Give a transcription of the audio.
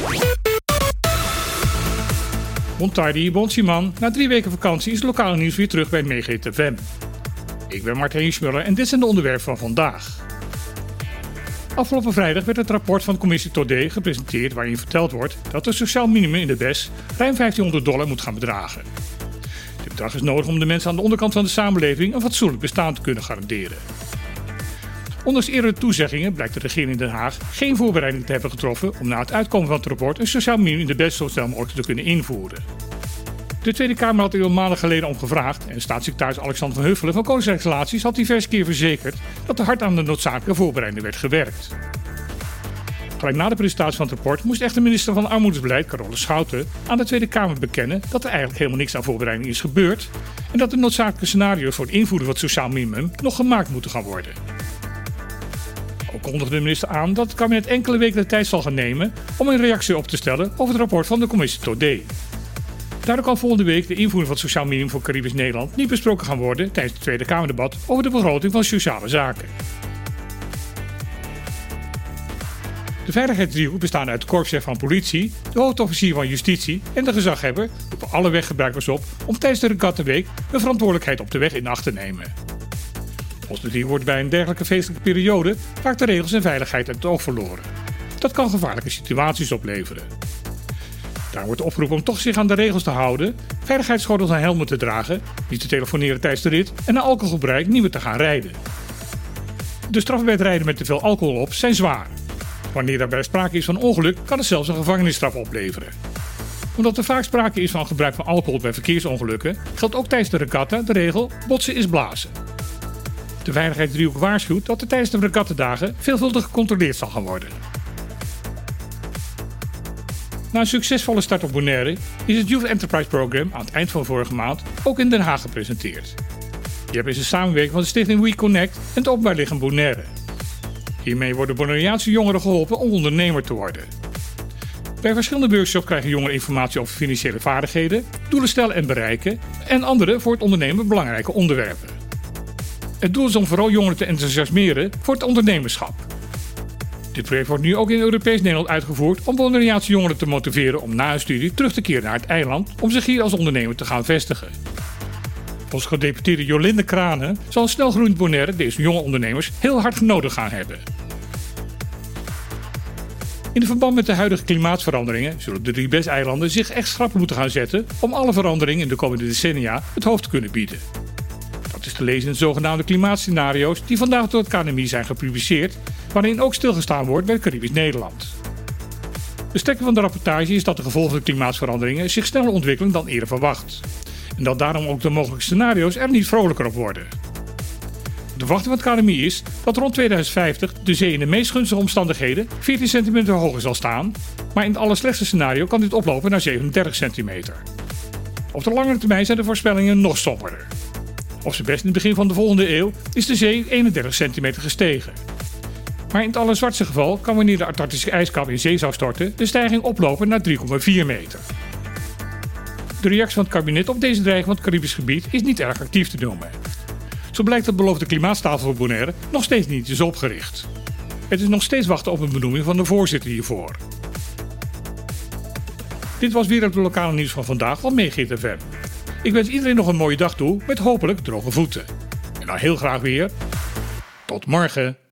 Bontardi, Bonsiman. Na 3 weken vakantie is het lokale nieuws weer terug bij MeeGTFM. Ik ben Martijn Schmuller en dit zijn de onderwerpen van vandaag. Afgelopen vrijdag werd het rapport van de commissie Taudet gepresenteerd waarin verteld wordt dat het sociaal minimum in de VS ruim $1500 moet gaan bedragen. Dit bedrag is nodig om de mensen aan de onderkant van de samenleving een fatsoenlijk bestaan te kunnen garanderen. Ondanks eerdere toezeggingen blijkt de regering in Den Haag geen voorbereiding te hebben getroffen om na het uitkomen van het rapport een sociaal minimum in de VS zo snel mogelijk te kunnen invoeren. De Tweede Kamer had er al maanden geleden om gevraagd en staatssecretaris Alexander van Huffelen van Koningsrijksrelaties had diverse keer verzekerd dat er hard aan de noodzakelijke voorbereiding werd gewerkt. Gelijk na de presentatie van het rapport moest echter minister van Armoedebeleid Carole Schouten aan de Tweede Kamer bekennen dat er eigenlijk helemaal niks aan voorbereiding is gebeurd en dat de noodzakelijke scenario's voor het invoeren van het sociaal minimum nog gemaakt moeten gaan worden. Ook kondigde de minister aan dat het kabinet enkele weken de tijd zal gaan nemen om een reactie op te stellen over het rapport van de commissie Taudet. Daardoor kan volgende week de invoering van het sociaal minimum voor Caribisch Nederland niet besproken gaan worden tijdens het Tweede Kamerdebat over de begroting van sociale zaken. De veiligheidsdriehoek bestaande uit de korpschef van politie, de hoofdofficier van justitie en de gezaghebber roepen alle weggebruikers op om tijdens de regattaweek hun verantwoordelijkheid op de weg in acht te nemen. Volgens de driehoek wordt bij een dergelijke feestelijke periode vaak de regels en veiligheid uit het oog verloren. Dat kan gevaarlijke situaties opleveren. Daar wordt opgeroepen om toch zich aan de regels te houden, veiligheidsgordels en helmen te dragen, niet te telefoneren tijdens de rit en na alcoholgebruik niet meer te gaan rijden. De straffen bij het rijden met te veel alcohol op zijn zwaar. Wanneer daarbij sprake is van ongeluk, kan het zelfs een gevangenisstraf opleveren. Omdat er vaak sprake is van gebruik van alcohol bij verkeersongelukken, geldt ook tijdens de regatta de regel botsen is blazen. De veiligheidsdriehoek waarschuwt dat er tijdens de regattadagen veelvuldig gecontroleerd zal gaan worden. Na een succesvolle start op Bonaire is het Youth Enterprise Program aan het eind van vorige maand ook in Den Haag gepresenteerd. JEP is een samenwerking van de stichting We Connect en het Openbaar Lichaam Bonaire. Hiermee worden Bonaireaanse jongeren geholpen om ondernemer te worden. Bij verschillende workshops krijgen jongeren informatie over financiële vaardigheden, doelen stellen en bereiken en andere voor het ondernemen belangrijke onderwerpen. Het doel is om vooral jongeren te enthousiasmeren voor het ondernemerschap. Dit project wordt nu ook in Europees Nederland uitgevoerd om Bonaireaanse jongeren te motiveren om na hun studie terug te keren naar het eiland om zich hier als ondernemer te gaan vestigen. Volgens gedeputeerde Jolinde Kranen zal een snelgroeiend Bonaire deze jonge ondernemers heel hard nodig gaan hebben. In verband met de huidige klimaatveranderingen zullen de 3 BES-eilanden zich echt schrap moeten gaan zetten om alle veranderingen in de komende decennia het hoofd te kunnen bieden. Dat is te lezen in de zogenaamde klimaatscenario's die vandaag door het KNMI zijn gepubliceerd, waarin ook stilgestaan wordt bij Caribisch Nederland. De strekking van de rapportage is dat de gevolgen van de klimaatsveranderingen zich sneller ontwikkelen dan eerder verwacht. En dat daarom ook de mogelijke scenario's er niet vrolijker op worden. De verwachting van het KNMI is dat rond 2050 de zee in de meest gunstige omstandigheden 14 centimeter hoger zal staan, maar in het allerslechtste scenario kan dit oplopen naar 37 centimeter. Op de langere termijn zijn de voorspellingen nog somberder. Op zijn best in het begin van de volgende eeuw is de zee 31 centimeter gestegen. Maar in het allerzwartste geval kan wanneer de Antarctische ijskap in zee zou storten de stijging oplopen naar 3,4 meter. De reactie van het kabinet op deze dreiging van het Caribisch gebied is niet erg actief te noemen. Zo blijkt dat de beloofde klimaatstafel voor Bonaire nog steeds niet is opgericht. Het is nog steeds wachten op een benoeming van de voorzitter hiervoor. Dit was weer het lokale nieuws van vandaag van MeeGTFM. Ik wens iedereen nog een mooie dag toe met hopelijk droge voeten. En dan heel graag weer tot morgen.